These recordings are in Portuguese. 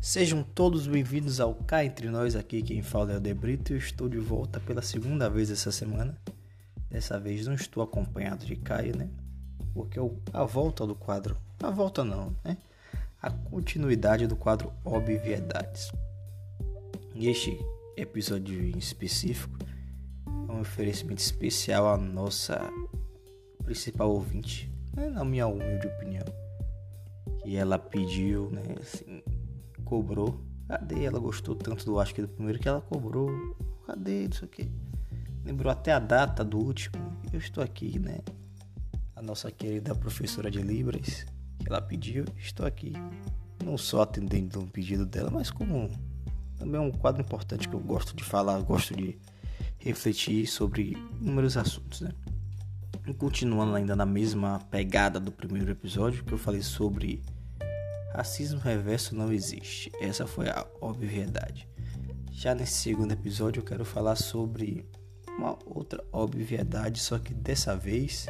Sejam todos bem-vindos ao Cá Entre Nós, aqui quem fala é o De Brito. Eu estou de volta pela segunda vez essa semana. Dessa vez não estou acompanhado de Caio, né? Porque a volta do quadro, a volta não, né? A continuidade do quadro Obviedades. E este episódio em específico é um oferecimento especial à nossa principal ouvinte, né? Na minha humilde opinião, que ela pediu, né? Assim, cobrou. Cadê? Ela gostou tanto do Acho que do primeiro que ela cobrou. Cadê? Isso aqui. Lembrou até a data do último. Eu estou aqui, né? A nossa querida professora de Libras, que ela pediu, estou aqui. Não só atendendo um pedido dela, mas como também é um quadro importante que eu gosto de falar, gosto de refletir sobre inúmeros assuntos, né? E continuando ainda na mesma pegada do primeiro episódio, que eu falei sobre racismo reverso não existe. Essa foi a obviedade. Já nesse segundo episódio eu quero falar sobre uma outra obviedade, só que dessa vez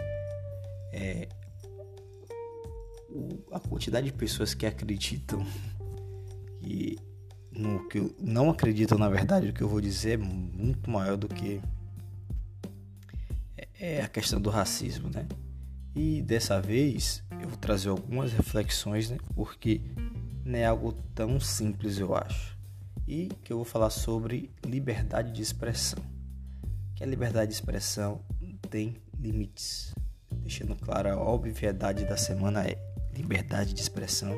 a quantidade de pessoas que acreditam que no que não acreditam, na verdade, o que eu vou dizer é muito maior do que a questão do racismo, né? E dessa vez eu vou trazer algumas reflexões, né? Porque não é algo tão simples, eu acho. E que eu vou falar sobre liberdade de expressão. Que a liberdade de expressão tem limites. Deixando claro, a obviedade da semana é: liberdade de expressão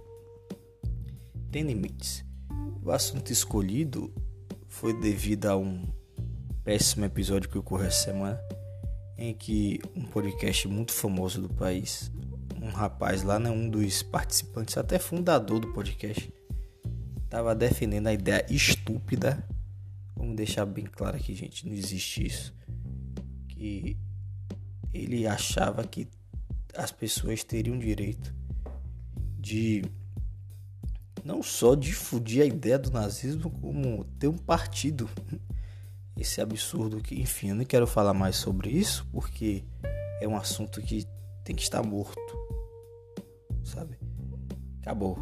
tem limites. O assunto escolhido foi devido a um péssimo episódio que ocorreu essa semana, em que um podcast muito famoso do país, um rapaz lá, né, um dos participantes, até fundador do podcast, estava defendendo a ideia estúpida, vamos deixar bem claro aqui, gente, não existe isso, que ele achava que as pessoas teriam direito de não só difundir a ideia do nazismo, como ter um partido. Esse absurdo que, enfim, eu não quero falar mais sobre isso, porque é um assunto que tem que estar morto, sabe? Acabou.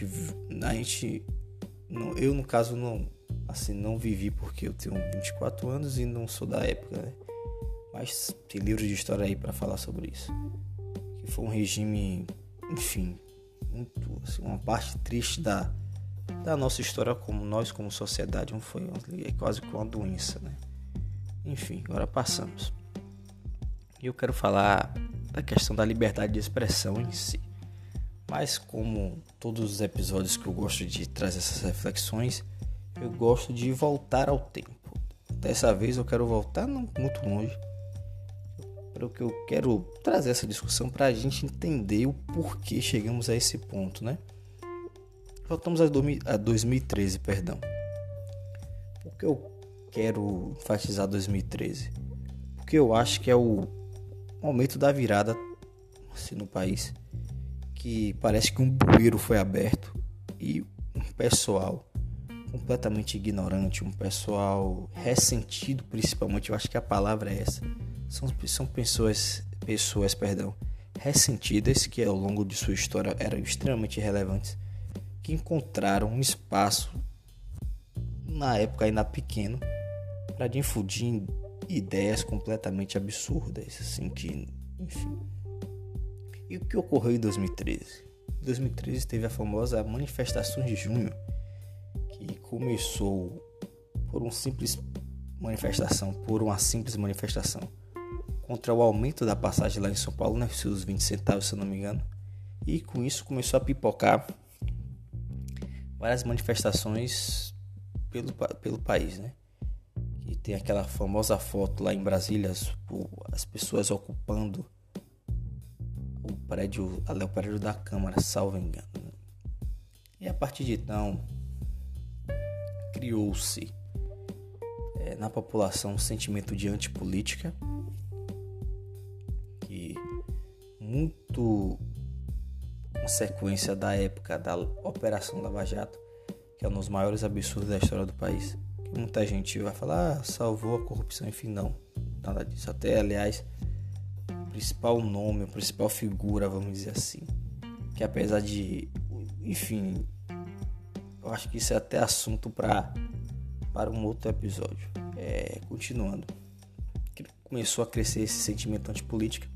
Eu, no caso, não vivi, porque eu tenho 24 anos e não sou da época, né? Mas tem livros de história aí para falar sobre isso. Que foi um regime, enfim, muito, assim, uma parte triste da nossa história como sociedade. É quase que uma doença, né? Enfim, agora passamos. E eu quero falar da questão da liberdade de expressão em si. Mas como todos os episódios que eu gosto de trazer essas reflexões, eu gosto de voltar ao tempo. Dessa vez eu quero voltar não muito longe, porque eu quero trazer essa discussão para a gente entender o porquê chegamos a esse ponto, né? Voltamos a 2013, perdão. Por que eu quero enfatizar 2013? Porque eu acho que é o momento da virada, assim, no país, que parece que um bueiro foi aberto e um pessoal completamente ignorante, um pessoal ressentido, principalmente, eu acho que a palavra é essa. São pessoas, ressentidas, que ao longo de sua história eram extremamente relevantes, que encontraram um espaço, na época ainda pequeno, para difundir ideias completamente absurdas, assim, que, enfim. E o que ocorreu em 2013? Em 2013 teve a famosa manifestação de junho, que começou por uma simples manifestação contra o aumento da passagem lá em São Paulo, né, seus 20 centavos, se eu não me engano. E com isso começou a pipocar várias manifestações pelo país, né? E tem aquela famosa foto lá em Brasília, as pessoas ocupando o prédio da Câmara, salvo engano, né? E a partir de então criou-se na população um sentimento de antipolítica, que muito consequência da época da Operação Lava Jato, que é um dos maiores absurdos da história do país. Que muita gente vai falar, salvou a corrupção, enfim, não, nada disso. Até, aliás, o principal nome, a principal figura, vamos dizer assim, que apesar de, enfim, eu acho que isso é até assunto para um outro episódio. Continuando, começou a crescer esse sentimento antipolítica,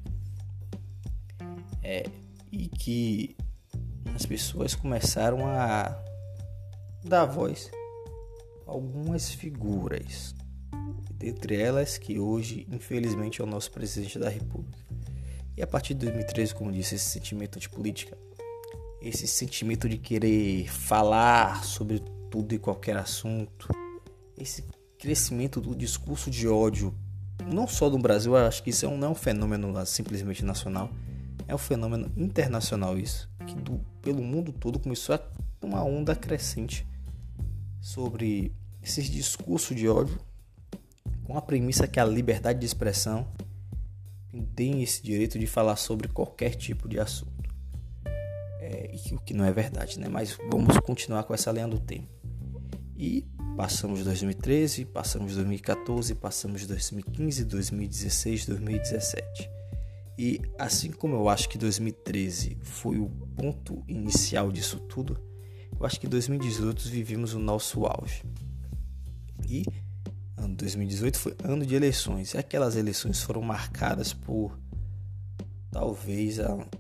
e que as pessoas começaram a dar voz a algumas figuras, dentre elas que hoje, infelizmente, é o nosso presidente da República. E a partir de 2013, como disse, esse sentimento antipolítica, esse sentimento de querer falar sobre tudo e qualquer assunto, esse crescimento do discurso de ódio, não só no Brasil, eu acho que isso não é um fenômeno simplesmente nacional, é um fenômeno internacional isso, que pelo mundo todo começou a uma onda crescente sobre esses discursos de ódio, com a premissa que a liberdade de expressão tem esse direito de falar sobre qualquer tipo de assunto. O que não é verdade, né? Mas vamos continuar com essa linha do tempo. E passamos 2013, passamos 2014, passamos 2015, 2016, 2017. E assim como eu acho que 2013 foi o ponto inicial disso tudo, eu acho que em 2018 vivemos o nosso auge. E ano 2018 foi ano de eleições. E aquelas eleições foram marcadas por talvez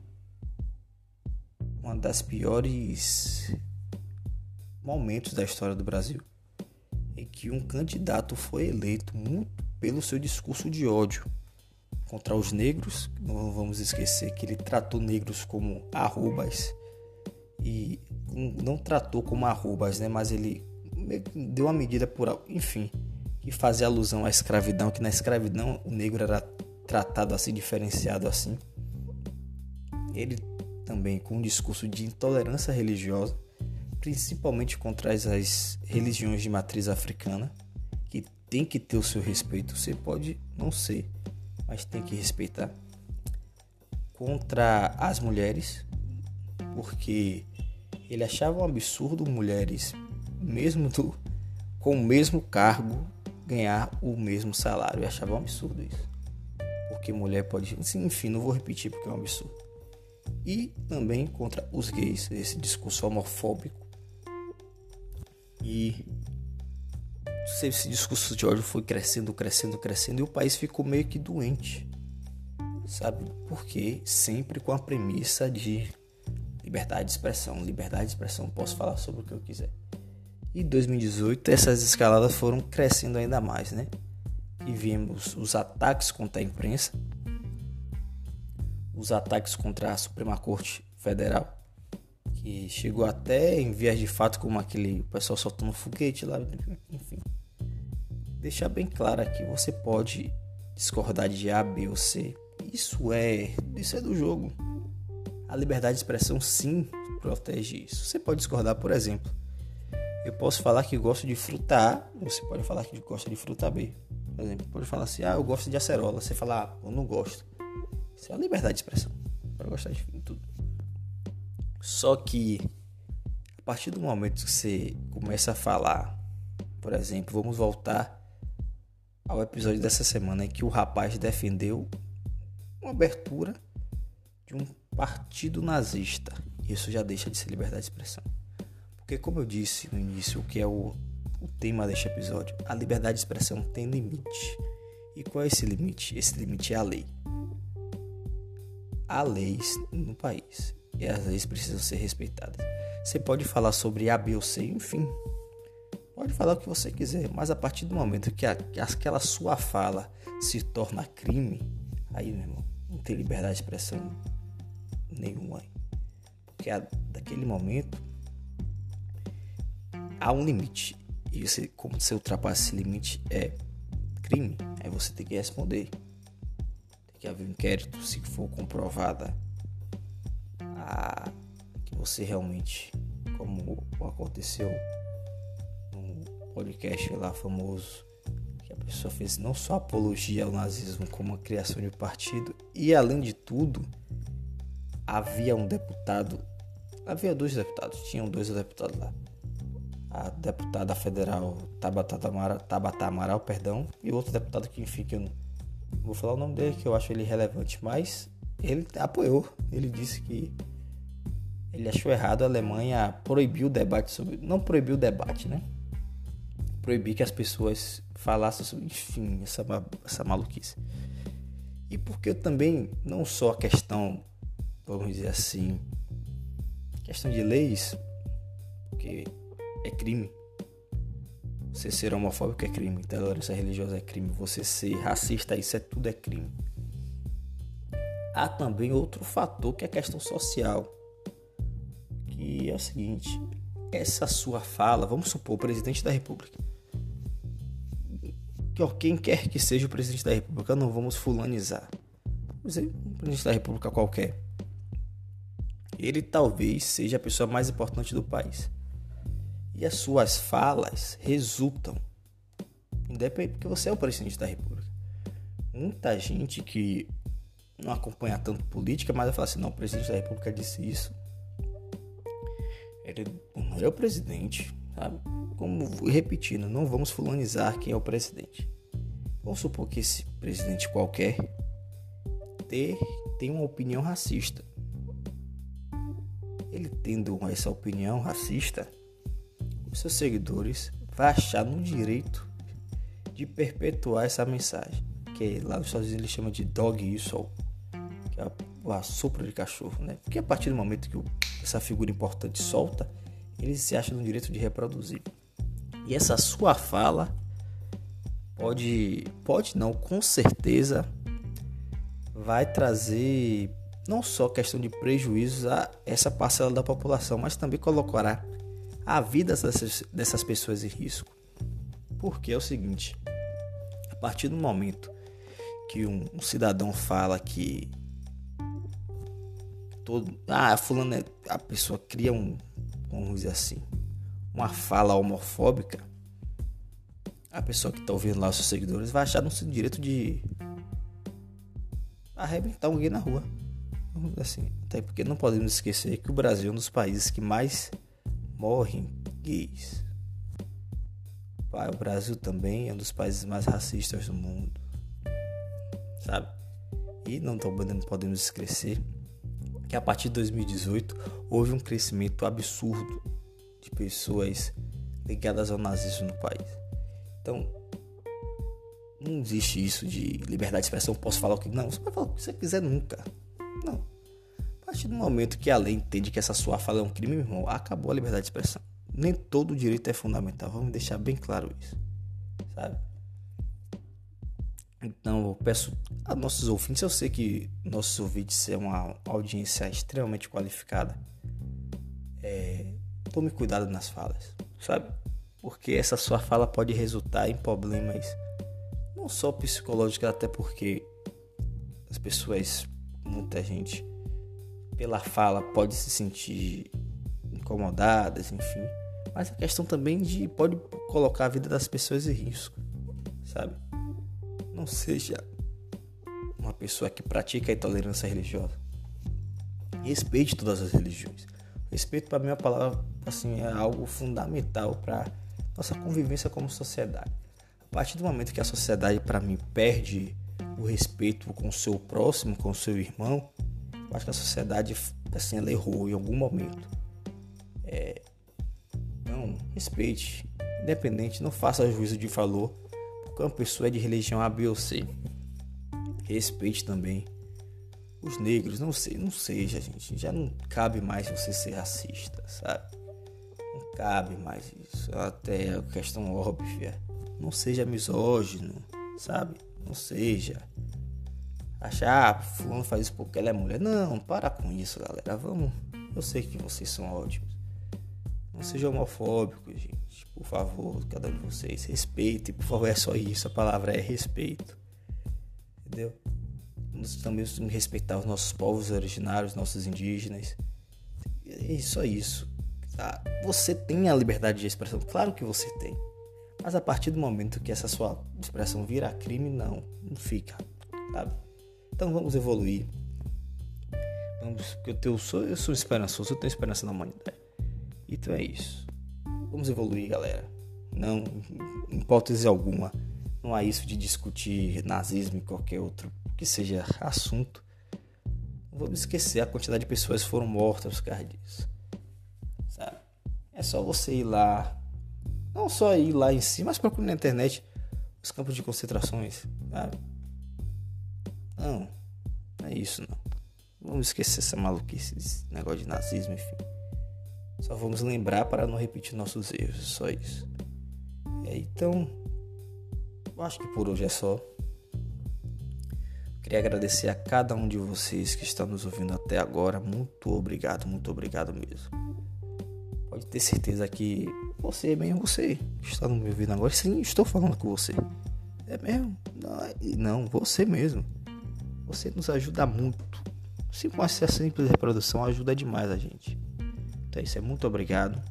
uma das piores momentos da história do Brasil, em que um candidato foi eleito muito pelo seu discurso de ódio contra os negros. Não vamos esquecer que ele tratou negros como arrobas, e não tratou como arrobas, né? Mas ele deu uma medida enfim, que fazia alusão à escravidão, que na escravidão o negro era tratado assim, diferenciado assim. Ele também com um discurso de intolerância religiosa, principalmente contra as religiões de matriz africana, que tem que ter o seu respeito. Você pode não ser, mas tem que respeitar. Contra as mulheres, porque ele achava um absurdo mulheres, mesmo com o mesmo cargo, ganhar o mesmo salário. Eu achava um absurdo isso, porque mulher pode... Enfim, não vou repetir porque é um absurdo. E também contra os gays, esse discurso homofóbico. E esse discurso de ódio foi crescendo, e o país ficou meio que doente, sabe? Porque sempre com a premissa de liberdade de expressão, posso falar sobre o que eu quiser. E em 2018 essas escaladas foram crescendo ainda mais, né? E vimos os ataques contra a imprensa, os ataques contra a Suprema Corte Federal, que chegou até em vias de fato como aquele pessoal soltando foguete lá, enfim. Deixar bem claro aqui, você pode discordar de A, B ou C, isso é do jogo. A liberdade de expressão sim protege isso. Você pode discordar, por exemplo, eu posso falar que gosto de fruta A, você pode falar que gosta de fruta B. Por exemplo, pode falar assim, eu gosto de acerola, você fala, eu não gosto. Isso é a liberdade de expressão, para gostar de tudo. Só que a partir do momento que você começa a falar, por exemplo, vamos voltar ao episódio dessa semana em que o rapaz defendeu uma abertura de um partido nazista. Isso já deixa de ser liberdade de expressão. Porque, como eu disse no início, o que é o tema deste episódio, a liberdade de expressão tem limite. E qual é esse limite? Esse limite é a lei. Há leis no país e as leis precisam ser respeitadas. Você pode falar sobre A, B ou C, enfim, pode falar o que você quiser, mas a partir do momento que aquela sua fala se torna crime, aí, meu irmão, não tem liberdade de expressão nenhuma. Porque daquele momento há um limite, e como você ultrapassa esse limite é crime, aí você tem que responder. Que haver um inquérito, se for comprovada que você realmente, como aconteceu no podcast lá famoso, que a pessoa fez não só apologia ao nazismo, como a criação de um partido, e além de tudo, havia dois deputados, tinham dois deputados lá, a deputada federal Tabata Amaral, e outro deputado que, enfim, que eu não vou falar o nome dele, que eu acho ele relevante, mas ele apoiou. Ele disse que ele achou errado a Alemanha proibir o debate sobre... Não proibir o debate, né? Proibir que as pessoas falassem sobre... Enfim, essa maluquice. E porque também, não só a questão, vamos dizer assim, questão de leis, porque é crime. Você ser homofóbico é crime, intolerância religiosa é crime, você ser racista, tudo é crime. Há também outro fator que é a questão social, que é o seguinte: essa sua fala, vamos supor, o presidente da República, quem quer que seja o presidente da República, não vamos fulanizar, vamos dizer, um presidente da República qualquer, ele talvez seja a pessoa mais importante do país, e as suas falas resultam, independente, porque você é o presidente da República. Muita gente que não acompanha tanto política, mas vai falar assim: não, o presidente da República disse isso, ele não é o presidente, sabe? Como repetindo, não vamos fulanizar quem é o presidente. Vamos supor que esse presidente qualquer tem uma opinião racista. Ele tendo essa opinião racista, os seus seguidores vão achar no direito de perpetuar essa mensagem, que lá nos Estados Unidos ele chama de dog whistle, que é o assopro de cachorro, né? Porque a partir do momento que essa figura importante solta, ele se acha no direito de reproduzir. E essa sua fala pode não, com certeza vai trazer não só questão de prejuízos a essa parcela da população, mas também colocará a vida dessas pessoas em risco. Porque é o seguinte: a partir do momento que um cidadão fala que fulano a pessoa cria vamos dizer assim, uma fala homofóbica, a pessoa que está ouvindo lá, os seus seguidores, vai achar no seu direito de arrebentar alguém na rua. Vamos dizer assim. Até porque não podemos esquecer que o Brasil é um dos países que mais morrem gays. O Brasil também é um dos países mais racistas do mundo, sabe? E não podemos esquecer que a partir de 2018 houve um crescimento absurdo de pessoas ligadas ao nazismo no país. Então, não existe isso de liberdade de expressão, posso falar o que... Não, você pode falar o que você quiser nunca. Não. A partir do momento que a lei entende que essa sua fala é um crime, meu irmão, acabou a liberdade de expressão. Nem todo direito é fundamental, vamos deixar bem claro isso, sabe? Então eu peço a nossos ouvintes, eu sei que nossos ouvintes é uma audiência extremamente qualificada, tome cuidado nas falas, sabe? Porque essa sua fala pode resultar em problemas não só psicológicos, até porque as pessoas, muita gente, pela fala pode se sentir incomodadas, enfim, mas a questão também pode colocar a vida das pessoas em risco, sabe? Não seja uma pessoa que pratica a intolerância religiosa. Respeite todas as religiões. Respeito, para mim, é uma palavra assim, é algo fundamental para nossa convivência como sociedade. A partir do momento que a sociedade, para mim, perde o respeito com o seu próximo, com o seu irmão, eu acho que a sociedade, assim, ela errou em algum momento. Então, respeite, independente, não faça juízo de valor porque uma pessoa é de religião A, B ou C. Respeite também os negros, não seja, gente, já não cabe mais você ser racista, sabe? Não cabe mais isso, até a questão óbvia. Não seja misógino, sabe? Não seja. Achar, fulano faz isso porque ela é mulher. Não, para com isso, galera. Vamos. Eu sei que vocês são ótimos. Não seja homofóbico, gente. Por favor, cada um de vocês. Respeite, por favor, é só isso. A palavra é respeito. Entendeu? Nós também temos que respeitar os nossos povos originários, nossos indígenas. É só isso. Tá? Você tem a liberdade de expressão. Claro que você tem. Mas a partir do momento que essa sua expressão vira crime, não fica, sabe? Então vamos evoluir. Porque eu sou esperançoso, eu tenho esperança na humanidade. Então é isso. Vamos evoluir, galera. Não, em hipótese alguma, não há isso de discutir nazismo e qualquer outro que seja assunto. vamos esquecer a quantidade de pessoas que foram mortas por causa disso, sabe? É só você ir lá, não só ir lá em si, mas procure na internet os campos de concentrações, sabe? Não é isso não. Vamos esquecer essa maluquice, esse negócio de nazismo, enfim. Só vamos lembrar para não repetir nossos erros, só isso. Então, eu acho que por hoje é só. Queria agradecer a cada um de vocês que está nos ouvindo até agora. Muito obrigado mesmo. Pode ter certeza que você que está me ouvindo agora, sim, estou falando com você. É mesmo? Não, você mesmo. Você nos ajuda muito. Com essa simples reprodução ajuda demais a gente. Então isso é muito obrigado.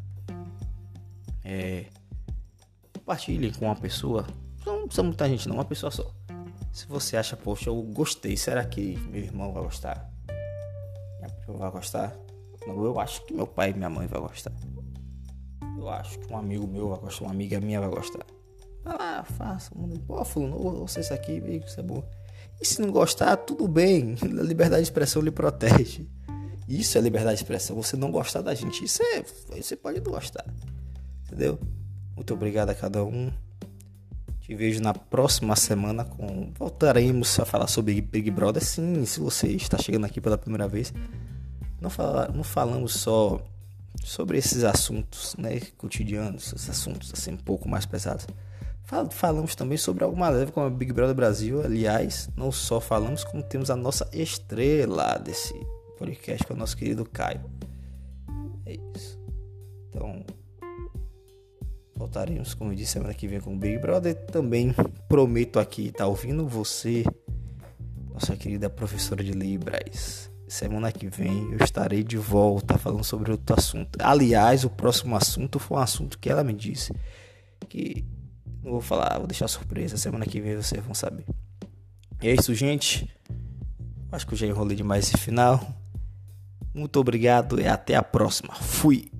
Compartilhem com uma pessoa. Não precisa muita gente não, uma pessoa só. Se você acha, poxa, eu gostei, será que meu irmão vai gostar? Minha prima vai gostar? Não, eu acho que meu pai e minha mãe vai gostar. Eu acho que um amigo meu vai gostar, uma amiga minha vai gostar. Vai lá, faça. Pô, fulano, ouça isso aqui, vê que isso é bom. E se não gostar, tudo bem. A liberdade de expressão lhe protege. Isso é liberdade de expressão. Você não gostar da gente, você pode não gostar. Entendeu? Muito obrigado a cada um. Te vejo na próxima semana. Voltaremos a falar sobre Big Brother. Sim, se você está chegando aqui pela primeira vez, não falamos só sobre esses assuntos, né, cotidianos, esses assuntos assim um pouco mais pesados. Falamos também sobre alguma leve como a Big Brother Brasil. Aliás, não só falamos, como temos a nossa estrela desse podcast, que é o nosso querido Caio. É isso. Então, voltaremos, como eu disse, semana que vem com o Big Brother. Também prometo aqui, tá ouvindo você, nossa querida professora de Libras. Semana que vem eu estarei de volta falando sobre outro assunto. Aliás, o próximo assunto foi um assunto que ela me disse que não vou falar, vou deixar surpresa. Semana que vem vocês vão saber. E é isso, gente. Acho que eu já enrolei demais esse final. Muito obrigado e até a próxima. Fui!